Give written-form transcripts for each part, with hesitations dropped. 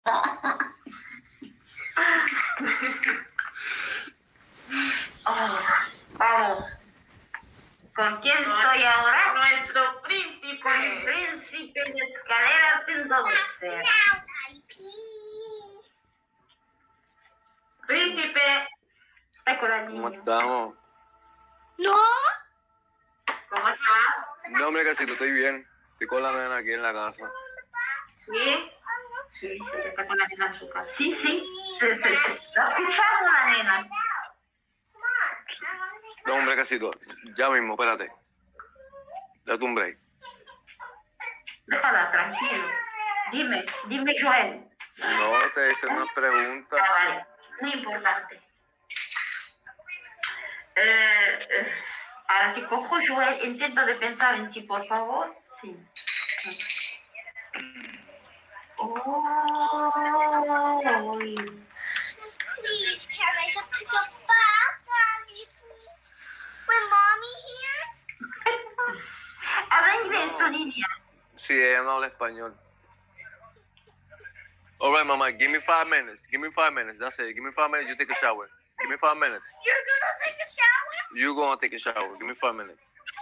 Oh, vamos. ¿Con quién estoy ahora? Nuestro príncipe. Con el príncipe de escaleras entonces. Príncipe. Está con la ¿Cómo niña. estamos? ¿No? ¿Cómo estás? No, hombre, casito, estoy bien. Estoy con la nena aquí en la casa. ¿Sí? Sí, sí. Está con la nena en su casa. Sí, sí. ¿La escucharon la nena? No, hombre, casito, ya mismo, espérate. Date un break. Déjala, tranquilo. Dime, Joel. No, te hice una pregunta. Ah, vale, muy importante. Ahora que cojo, Joel, intenta de pensar en ti, por favor. Sí. Oh, Please, can I just take a bath, Mommy, please? With Mommy here? habla inglés, tu niña. Sí, ella no habla español. All right, mama, give me 5 minutes. Give me 5 minutes. That's it. Give me 5 minutes, you take a shower. Give me 5 minutes. You're gonna take a shower? You gonna take a shower. Give me 5 minutes.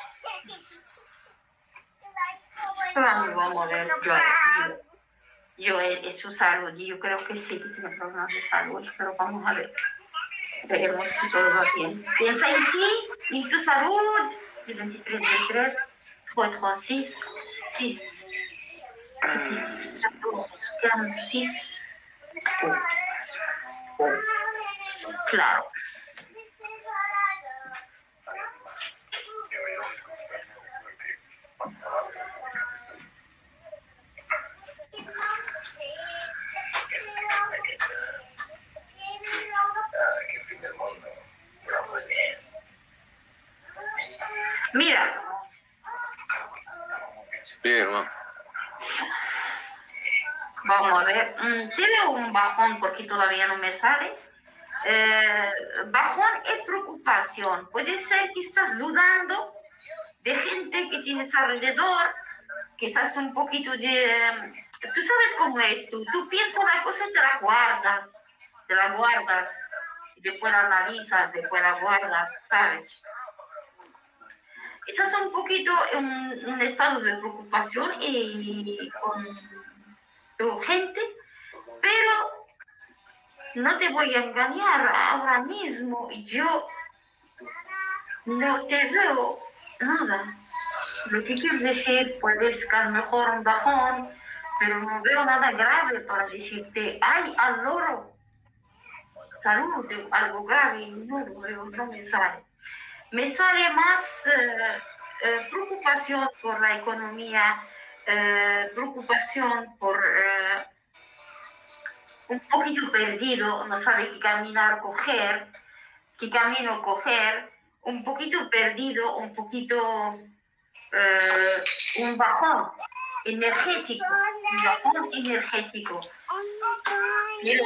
Vamos a ver, Joel, es su salud. Y yo creo que sí, que tiene problemas de salud, pero vamos a ver. Veremos que todo va bien. Piensa en ti y tu salud. El 23 del 3, 4, 6, 6. 6. Claro. Mira, Sí, mamá. vamos a ver. Tiene un bajón porque todavía no me sale. Bajón es preocupación. Puede ser que estás dudando de gente que tienes alrededor, que estás un poquito de... Tú sabes cómo eres tú. Tú piensas la cosa y te la guardas. Te la guardas. Y después la analizas, después la guardas, ¿sabes? Estás un poquito en un estado de preocupación y con tu gente, pero no te voy a engañar ahora mismo. Yo no te veo nada. Lo que quiero decir, puedes que a lo mejor un bajón, pero no veo nada grave para decirte, ay, al loro, salud, algo grave, no lo veo, no me sale. Me sale más preocupación por la economía, preocupación por un poquito perdido, no sabe qué caminar, coger, qué camino coger, un poquito perdido, un poquito un bajón energético, Pero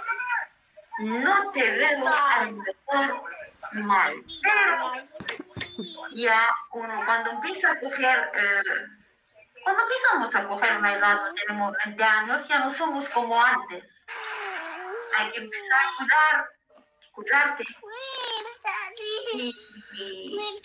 no te veo a lo mejor mal, pero ya uno cuando empieza a coger, cuando empezamos a coger una edad, no tenemos 20 años, ya no somos como antes. Hay que empezar a cuidarte. Y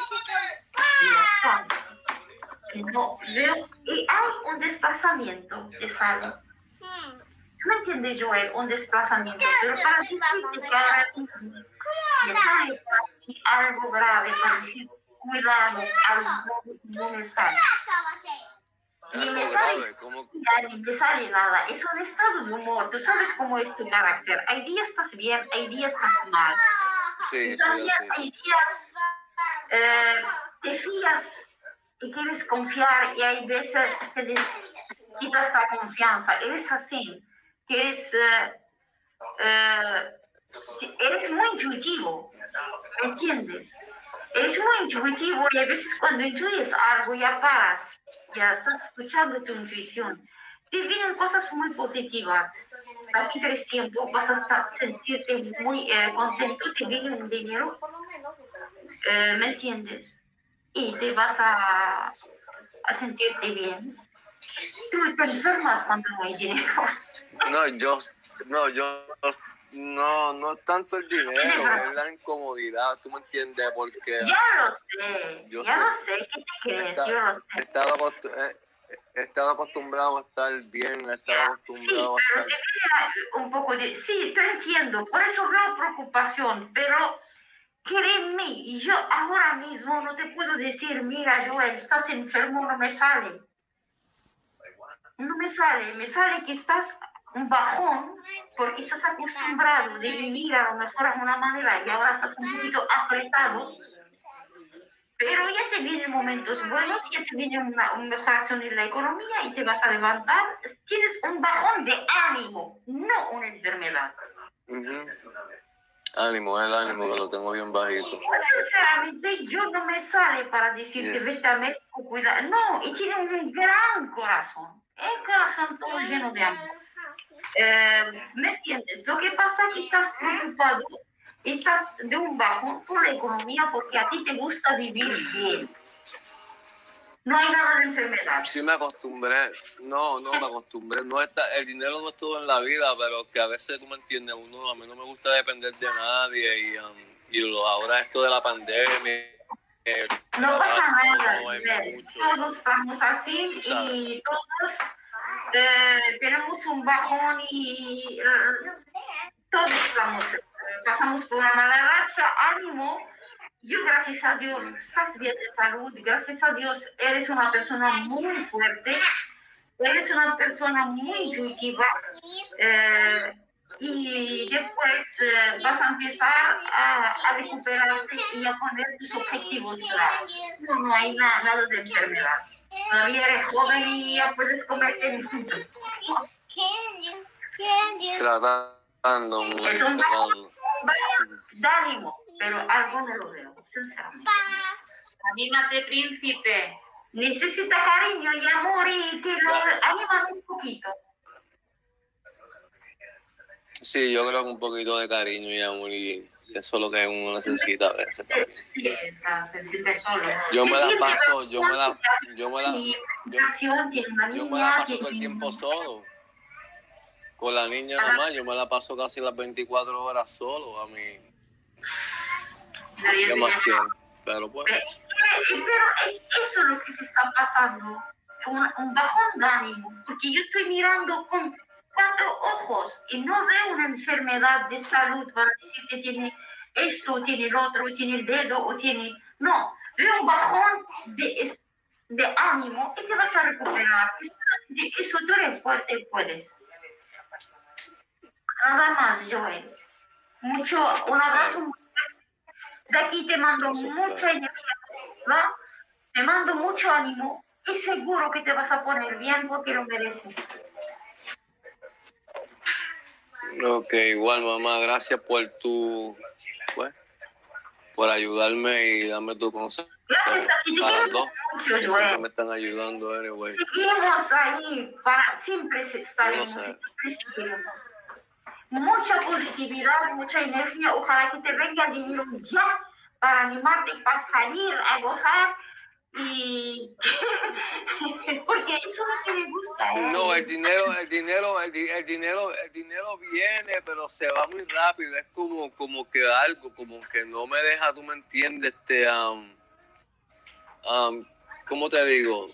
no veo, y hay un desplazamiento de salud. ¿Tú me entiendes, Joel? Un desplazamiento, pero para decirte que ahora sí me sale algo grave, para decir, cuidado, algo no me sale. Ni me sale, ni me sale nada. Es un estado de humor. Tú sabes cómo es tu carácter. Hay días estás bien, hay días estás mal. Sí, Y también sí. hay días te fías y quieres confiar y hay veces que te quitas la confianza. Eres así, que eres muy intuitivo, ¿entiendes? Eres muy intuitivo y a veces cuando intuyes algo ya paras, ya estás escuchando tu intuición. Te vienen cosas muy positivas. También tienes tiempo, vas a sentirte muy contento, te viene un dinero, ¿me entiendes? Y te vas a sentirte bien. Tú te enfermas cuando no hay dinero. No tanto el dinero, es la incomodidad, ¿tú me entiendes? Porque Ya lo sé, yo ya sé, lo sé, ¿qué te crees? Yo lo sé. he estado acostumbrado a estar bien, he estado Sí, acostumbrado a pero estar... te quería un poco de... Sí, te entiendo, por eso veo preocupación, pero créeme, y yo ahora mismo no te puedo decir, mira, Joel, estás enfermo, no me sale. No me sale que estás un bajón porque estás acostumbrado de vivir a lo mejor de una manera y ahora estás un poquito apretado, pero ya te vienen momentos buenos, ya te viene una mejoración en la economía y te vas a levantar. Tienes un bajón de ánimo, no una enfermedad. Ujú. Ánimo, el ánimo que lo tengo bien bajito. Pues, sinceramente, yo no me sale para decirte, Yes. vete a médico, cuida. No, y tiene un gran corazón, el corazón todo lleno de amor. ¿Me entiendes? Lo que pasa es que estás preocupado, estás de un bajón por la economía porque a ti te gusta vivir bien. No hay nada de enfermedad. Sí me acostumbré, no me acostumbré, el dinero no es todo en la vida, pero que a veces, tú me entiendes, a mí no me gusta depender de nadie ahora esto de la pandemia. No pasa nada, no hay mucho. todos estamos así y todos tenemos un bajón y todos pasamos por una mala racha, ánimo. Yo, gracias a Dios, estás bien de salud, gracias a Dios, eres una persona muy fuerte, eres una persona muy intuitiva y después vas a empezar a recuperarte y a poner tus objetivos claros. No hay nada de enfermedad. Todavía eres joven y ya puedes comerte el fruto. Tratando, Es un bajón de ánimo, pero algo no lo veo, sinceramente. Anímate, príncipe. Necesita cariño y amor y que lo animan un poquito. Sí, yo creo que un poquito de cariño y amor y eso es lo que uno necesita a veces también. Sí, sentirte solo. Yo me la Siente paso, la yo me la tiene una niña, paso todo el tiempo solo. Con la niña nomás, yo me la paso casi las 24 horas solo, a mí. ¿Qué más quiero? Pero pues. Pero es eso lo que te está pasando, un bajón de ánimo, porque yo estoy mirando con 4 ojos y no veo una enfermedad de salud para decirte tiene esto, tiene el otro, tiene el dedo o tiene... No, veo un bajón de ánimo y te vas a recuperar. De eso tú eres fuerte, puedes. Nada más, Joel. Un abrazo muy fuerte. De aquí te mando mucha energía, ¿va? Te mando mucho ánimo y seguro que te vas a poner bien porque lo mereces. Ok, igual mamá, gracias por por ayudarme y darme tu consejo. Gracias a ti, te queremos mucho, Siempre Joel. me están ayudando, anyway. Seguimos ahí, siempre estaremos, siempre seguiremos. Mucha positividad, mucha energía, ojalá que te venga el dinero ya para animarte, para salir a gozar y porque eso es lo que me gusta. No, el dinero viene, pero se va muy rápido. Es como que algo, como que no me deja, tú me entiendes, ¿cómo te digo?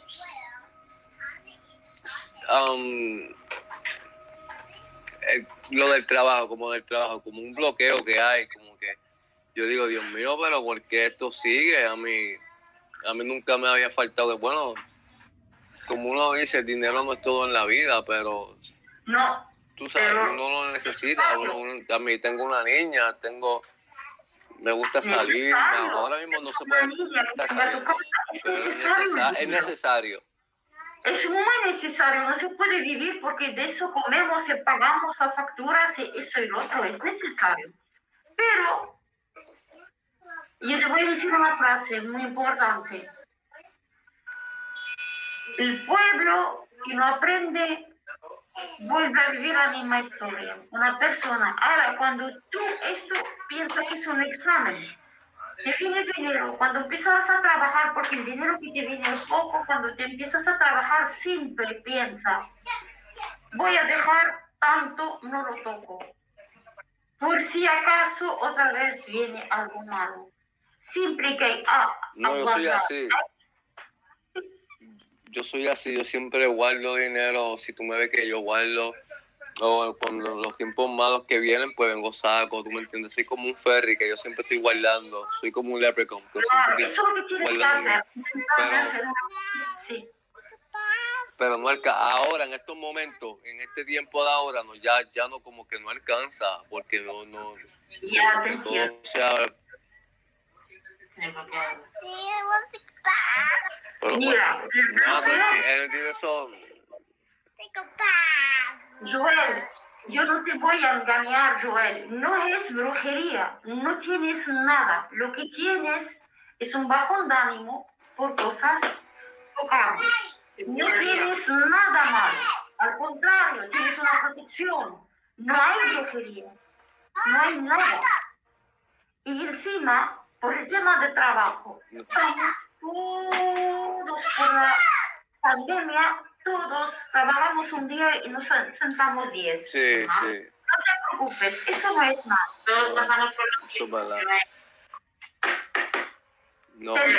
Lo del trabajo, como un bloqueo que hay, como que yo digo, Dios mío, pero ¿por qué esto sigue? A mí nunca me había faltado, bueno, como uno dice, el dinero no es todo en la vida, pero no, tú sabes, uno lo necesita. A mí tengo una niña, me gusta salir, ahora mismo no se puede estar saliendo, pero es necesario. Es muy necesario, no se puede vivir porque de eso comemos y pagamos a facturas y eso y lo otro, es necesario. Pero yo te voy a decir una frase muy importante. El pueblo que no aprende vuelve a vivir la misma historia. Una persona, ahora cuando tú esto piensas que es un examen, te viene dinero cuando empiezas a trabajar, porque el dinero que te viene es poco, cuando te empiezas a trabajar siempre piensa, voy a dejar tanto, no lo toco. Por si acaso otra vez viene algo malo. Siempre que hay No, yo soy así. Yo soy así, yo siempre guardo dinero. Si tú me ves que yo guardo, o cuando los tiempos malos que vienen, pues vengo saco, ¿tú me entiendes? Soy como un ferry que yo siempre estoy guardando. Soy como un leprechaun. Que yo Claro, siempre eso es lo que tienes que guardando. hacer. Intentar hacer sí. Pero no ahora, en estos momentos, en este tiempo de ahora, no, ya no como que no alcanza, porque no Ya te que todo entiendo. sea, pero Mira, bueno, nada, porque eso, Joel, yo no te voy a engañar, Joel. No es brujería, no tienes nada. Lo que tienes es un bajón de ánimo por cosas tocables. No tienes nada malo. Al contrario, tienes una protección. No hay brujería, no hay nada. Y encima, por el tema de trabajo, estamos todos por la pandemia, todos trabajamos un día y nos sentamos 10. sí, ¿no? sí, No te preocupes, eso no es nada. Todos pasamos por lo eso es verdad. mismo. No, Te